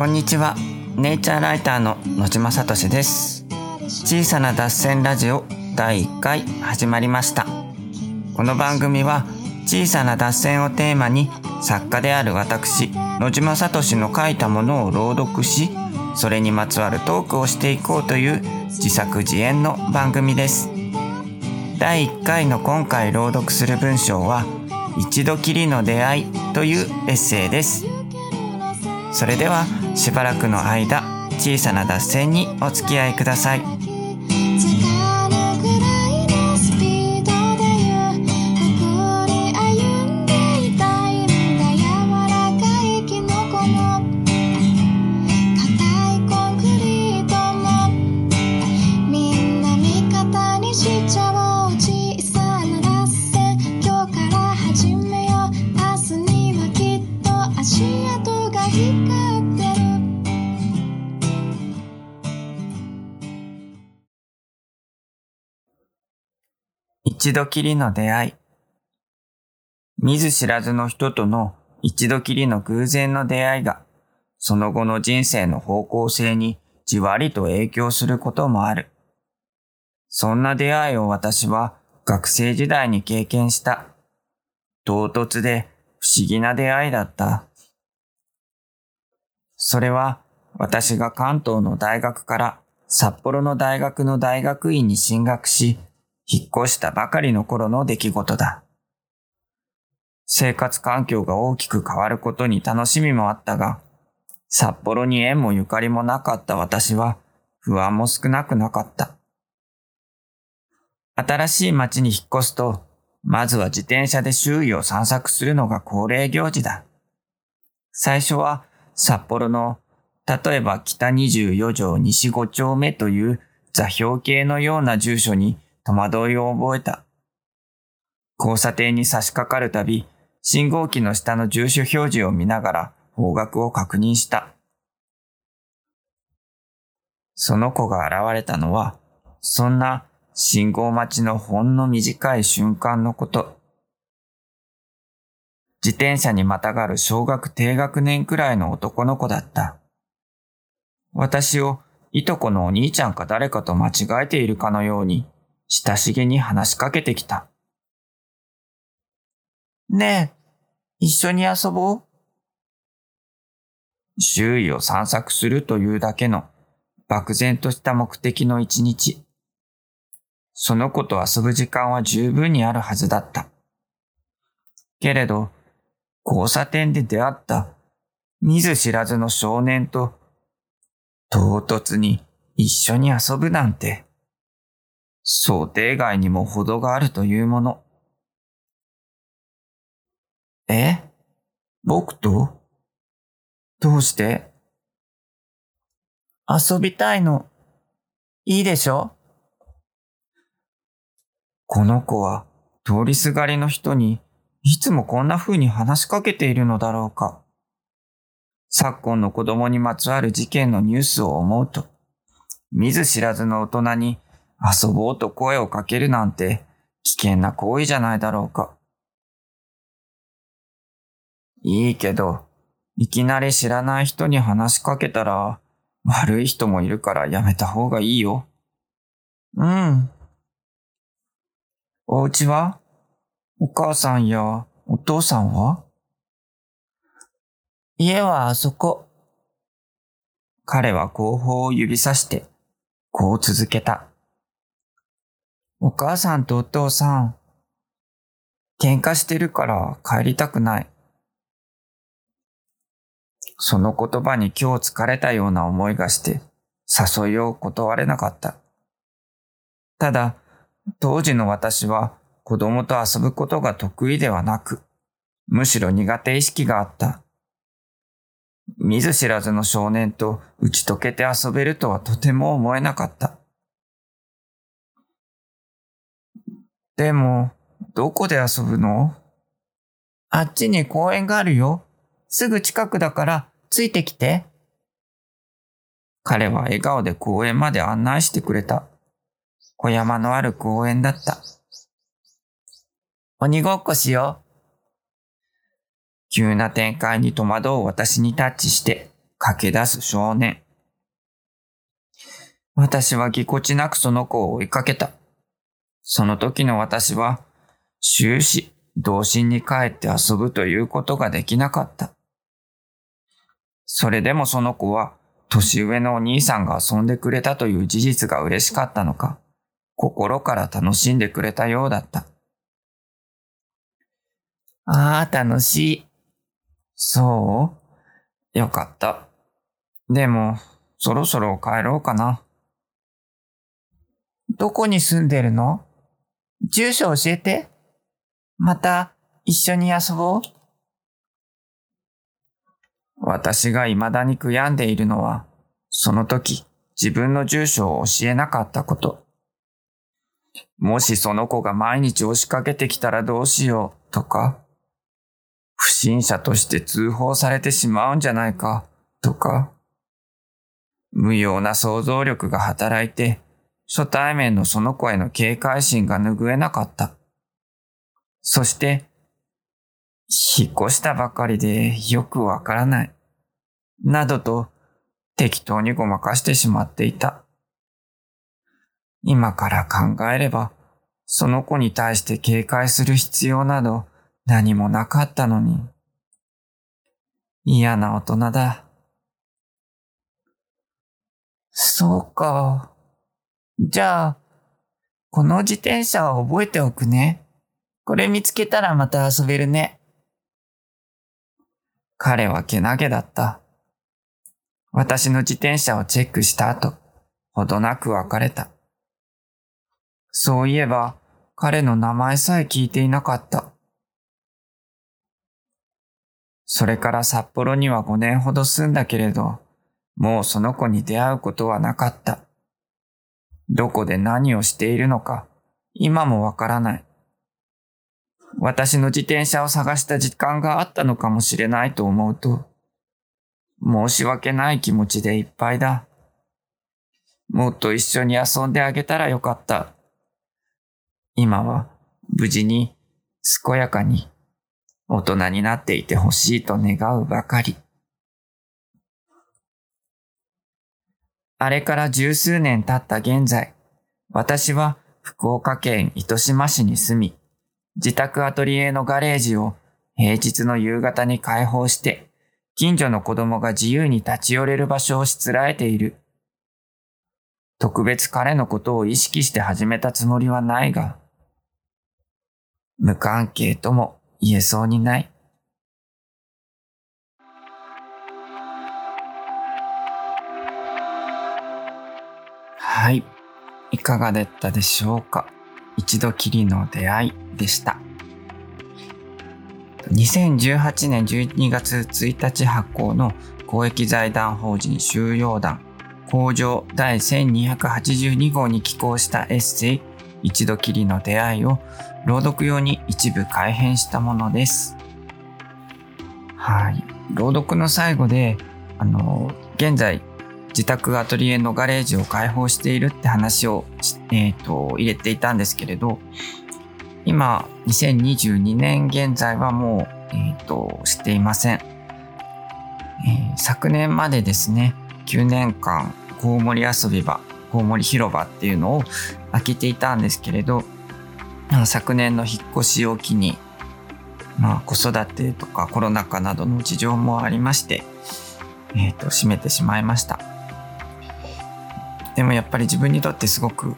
こんにちは。ネイチャーライターの野島聡です。小さな脱線ラジオ第1回始まりました。この番組は小さな脱線をテーマに作家である私野島聡の書いたものを朗読し、それにまつわるトークをしていこうという自作自演の番組です。第1回の今回朗読する文章は一度きりの出会いというエッセイです。それではしばらくの間、小さな脱線にお付き合いください。一度きりの出会い。見ず知らずの人との一度きりの偶然の出会いが、その後の人生の方向性にじわりと影響することもある。そんな出会いを私は学生時代に経験した。唐突で不思議な出会いだった。それは私が関東の大学から札幌の大学の大学院に進学し、引っ越したばかりの頃の出来事だ。生活環境が大きく変わることに楽しみもあったが、札幌に縁もゆかりもなかった私は不安も少なくなかった。新しい町に引っ越すと、まずは自転車で周囲を散策するのが恒例行事だ。最初は札幌の、例えば北24条西5丁目という座標系のような住所に戸惑いを覚えた。交差点に差し掛かるたび、信号機の下の住所表示を見ながら方角を確認した。その子が現れたのは、そんな信号待ちのほんの短い瞬間のこと。自転車にまたがる小学低学年くらいの男の子だった。私をいとこのお兄ちゃんか誰かと間違えているかのように、親しげに話しかけてきた。ねえ、一緒に遊ぼう。周囲を散策するというだけの漠然とした目的の一日。その子と遊ぶ時間は十分にあるはずだった。けれど、交差点で出会った見ず知らずの少年と唐突に一緒に遊ぶなんて、想定外にも程があるというもの。僕と？どうして？遊びたいの。いいでしょ？この子は通りすがりの人にいつもこんな風に話しかけているのだろうか。昨今の子供にまつわる事件のニュースを思うと、見ず知らずの大人に遊ぼうと声をかけるなんて危険な行為じゃないだろうか。いいけど、いきなり知らない人に話しかけたら悪い人もいるからやめた方がいいよ。うん。お家は？お母さんやお父さんは？家はあそこ。彼は後方を指さしてこう続けた。お母さんとお父さん、喧嘩してるから帰りたくない。その言葉に今日疲れたような思いがして誘いを断れなかった。ただ、当時の私は子供と遊ぶことが得意ではなく、むしろ苦手意識があった。見ず知らずの少年と打ち解けて遊べるとはとても思えなかった。でも、どこで遊ぶの？あっちに公園があるよ。すぐ近くだからついてきて。彼は笑顔で公園まで案内してくれた。小山のある公園だった。鬼ごっこしよう。急な展開に戸惑う私にタッチして、 駆け出す少年。私はぎこちなくその子を追いかけた。その時の私は終始童心に帰って遊ぶということができなかった。それでもその子は年上のお兄さんが遊んでくれたという事実が嬉しかったのか、心から楽しんでくれたようだった。ああ、楽しい。そう?よかった。でも、そろそろ帰ろうかな。どこに住んでるの?住所教えて。また一緒に遊ぼう。私が未だに悔やんでいるのは、その時自分の住所を教えなかったこと。もしその子が毎日押しかけてきたらどうしようとか、不審者として通報されてしまうんじゃないかとか、無用な想像力が働いて、初対面のその子への警戒心が拭えなかった。そして、引っ越したばかりでよくわからない、などと適当にごまかしてしまっていた。今から考えれば、その子に対して警戒する必要など何もなかったのに。嫌な大人だ。そうか。じゃあ、この自転車は覚えておくね。これ見つけたらまた遊べるね。彼はけなげだった。私の自転車をチェックした後、ほどなく別れた。そういえば、彼の名前さえ聞いていなかった。それから札幌には5年ほど住んだけれど、もうその子に出会うことはなかった。どこで何をしているのか、今もわからない。私の自転車を探した時間があったのかもしれないと思うと、申し訳ない気持ちでいっぱいだ。もっと一緒に遊んであげたらよかった。今は無事に健やかに大人になっていてほしいと願うばかり。あれから十数年経った現在、私は福岡県糸島市に住み、自宅アトリエのガレージを平日の夕方に開放して、近所の子供が自由に立ち寄れる場所をしつらえている。特別彼のことを意識して始めたつもりはないが、無関係とも言えそうにない。はい。いかがだったでしょうか。一度きりの出会いでした。2018年12月1日発行の公益財団法人修養団向上第1282号に寄稿したエッセイ一度きりの出会いを朗読用に一部改編したものです。はい。朗読の最後で、現在自宅アトリエのガレージを開放しているって話を、入れていたんですけれど、今、2022年現在はもう、していません。昨年までですね、9年間、コウモリ遊び場、コウモリ広場っていうのを開けていたんですけれど、昨年の引っ越しを機に、子育てとかコロナ禍などの事情もありまして、閉めてしまいました。でもやっぱり自分にとってすごく、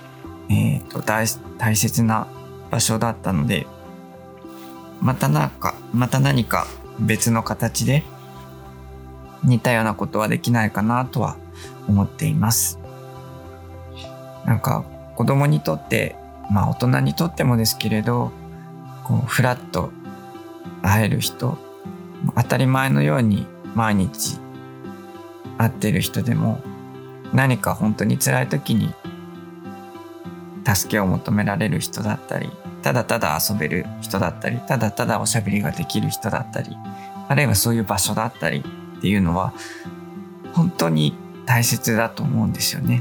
大切な場所だったので、また何か別の形で似たようなことはできないかなとは思っています。なんか子供にとって、大人にとってもですけれど、ふらっと会える人、当たり前のように毎日会ってる人でも、何か本当に辛い時に助けを求められる人だったり、ただただ遊べる人だったり、ただただおしゃべりができる人だったり、あるいはそういう場所だったりっていうのは本当に大切だと思うんですよね。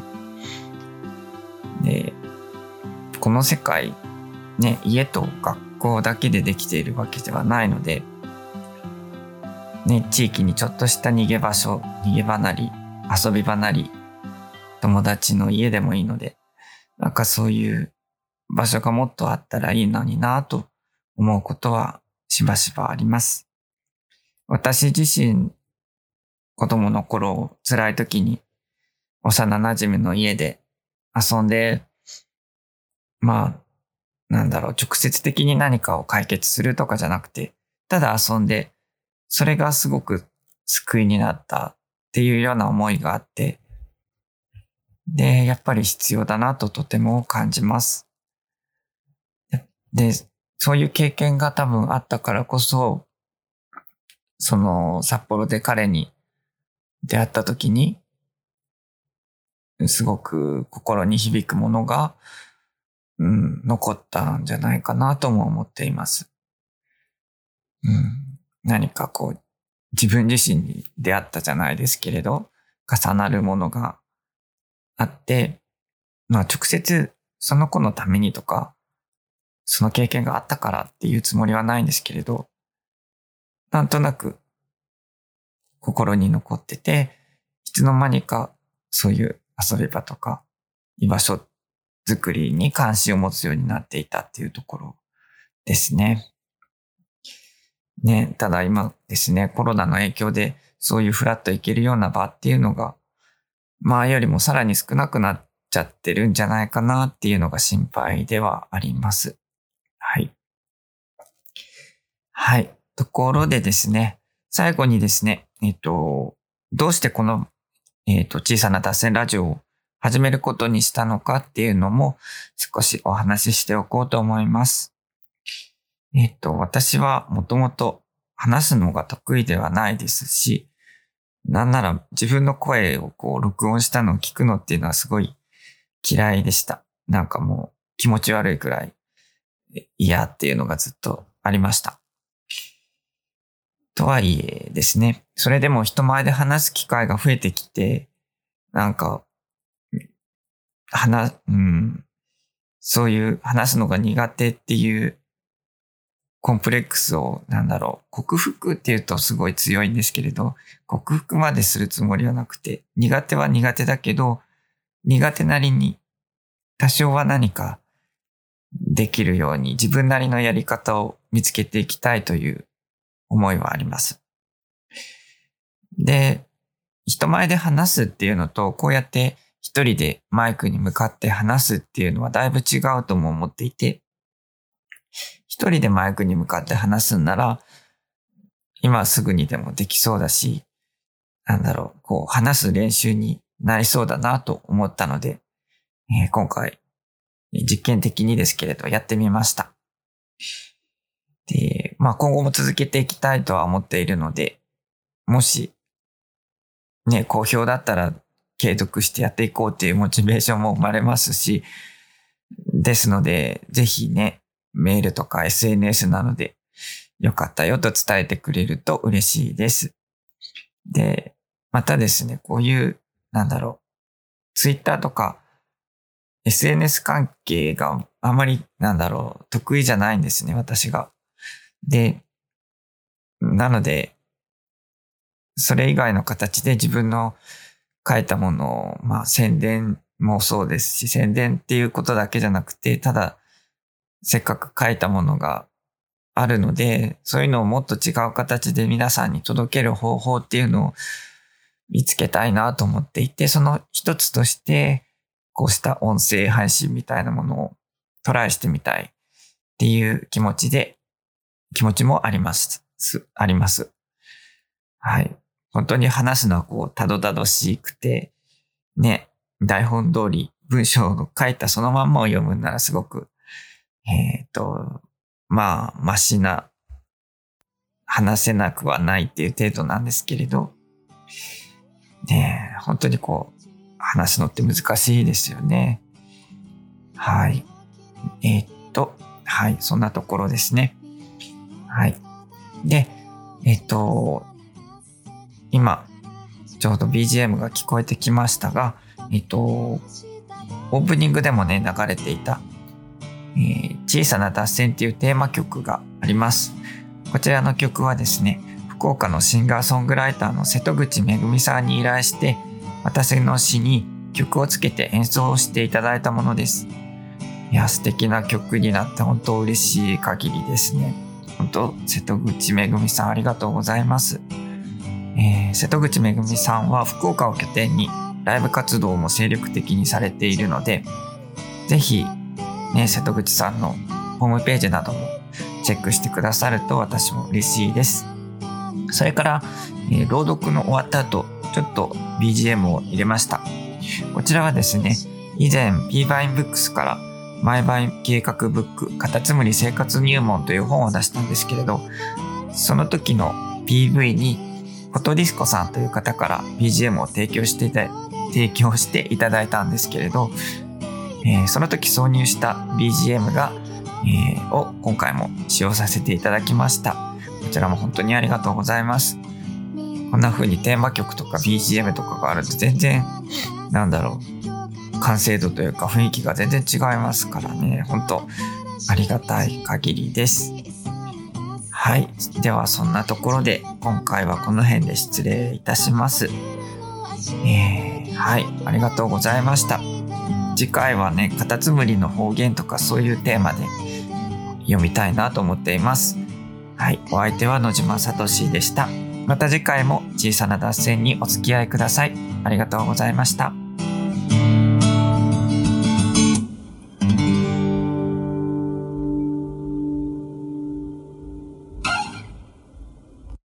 で、この世界ね、家と学校だけでできているわけではないので、 ね、地域にちょっとした逃げ場なり、遊び場なり、友達の家でもいいので、なんかそういう場所がもっとあったらいいのになぁと思うことはしばしばあります。私自身、子供の頃、辛い時に幼馴染の家で遊んで、直接的に何かを解決するとかじゃなくて、ただ遊んで、それがすごく救いになったっていうような思いがあって、で、やっぱり必要だなととても感じます。で、そういう経験が多分あったからこそ、札幌で彼に出会った時に、すごく心に響くものが、残ったんじゃないかなとも思っています。何か自分自身に出会ったじゃないですけれど、重なるものがあって、直接その子のためにとか、その経験があったからっていうつもりはないんですけれど、なんとなく心に残ってて、いつの間にかそういう遊び場とか居場所作りに関心を持つようになっていたっていうところですね。ただ今ですね、コロナの影響でそういうフラッと行けるような場っていうのが、前よりもさらに少なくなっちゃってるんじゃないかなっていうのが心配ではあります。はい。はい。ところでですね、最後にですね、どうしてこの、小さな脱線ラジオを始めることにしたのかっていうのも少しお話ししておこうと思います。私はもともと話すのが得意ではないですし、なんなら自分の声を録音したのを聞くのっていうのはすごい嫌いでした。なんかもう気持ち悪いくらい嫌っていうのがずっとありました。とはいえですね、それでも人前で話す機会が増えてきて、そういう話すのが苦手っていうコンプレックスを克服っていうとすごい強いんですけれど、克服までするつもりはなくて、苦手は苦手だけど、苦手なりに多少は何かできるように自分なりのやり方を見つけていきたいという思いはあります。で、人前で話すっていうのと、こうやって一人でマイクに向かって話すっていうのはだいぶ違うとも思っていて、一人でマイクに向かって話すんなら、今すぐにでもできそうだし、話す練習になりそうだなと思ったので、今回、実験的にですけれどやってみました。で、今後も続けていきたいとは思っているので、もし、好評だったら継続してやっていこうっていうモチベーションも生まれますし、ですので、ぜひメールとか SNS などでよかったよと伝えてくれると嬉しいです。で、またですね、こういう、Twitter とか SNS 関係があまり、得意じゃないんですね、私が。で、なので、それ以外の形で自分の書いたものを、宣伝もそうですし、宣伝っていうことだけじゃなくて、ただ、せっかく書いたものがあるので、そういうのをもっと違う形で皆さんに届ける方法っていうのを見つけたいなと思っていて、その一つとして、こうした音声配信みたいなものをトライしてみたいっていう気持ちもあります。はい。本当に話すのはたどたどしくて、台本通り文章を書いたそのまんまを読むならすごく、マシな、話せなくはないっていう程度なんですけれど、本当に話すのって難しいですよね。はい。はい、そんなところですね。はい。で、今、ちょうど BGM が聞こえてきましたが、オープニングでもね、流れていた、小さな脱線っていうテーマ曲があります。こちらの曲はですね、 福岡のシンガーソングライターの瀬戸口めぐみさんに依頼して私の詩に曲をつけて演奏していただいたものです。いや、素敵な曲になって本当嬉しい限りですね。本当瀬戸口めぐみさんありがとうございます。瀬戸口めぐみさんは福岡を拠点にライブ活動も精力的にされているので、ぜひね、瀬戸口さんのホームページなどもチェックしてくださると私も嬉しいです。それから、朗読の終わった後、ちょっと BGM を入れました。こちらはですね、以前 P バインブックスからマイバイ計画ブックカタツムリ生活入門という本を出したんですけれど、その時の PV にフォトディスコさんという方から BGM を提供していただいたんですけれど、その時挿入した BGM を今回も使用させていただきました。こちらも本当にありがとうございます。こんな風にテーマ曲とか BGM とかがあると全然完成度というか雰囲気が全然違いますからね、本当ありがたい限りです。はい、ではそんなところで今回はこの辺で失礼いたします。はい、ありがとうございました。次回はね、カタツムリの方言とかそういうテーマで読みたいなと思っています。はい、お相手は野島聡でした。また次回も小さな脱線にお付き合いください。ありがとうございました。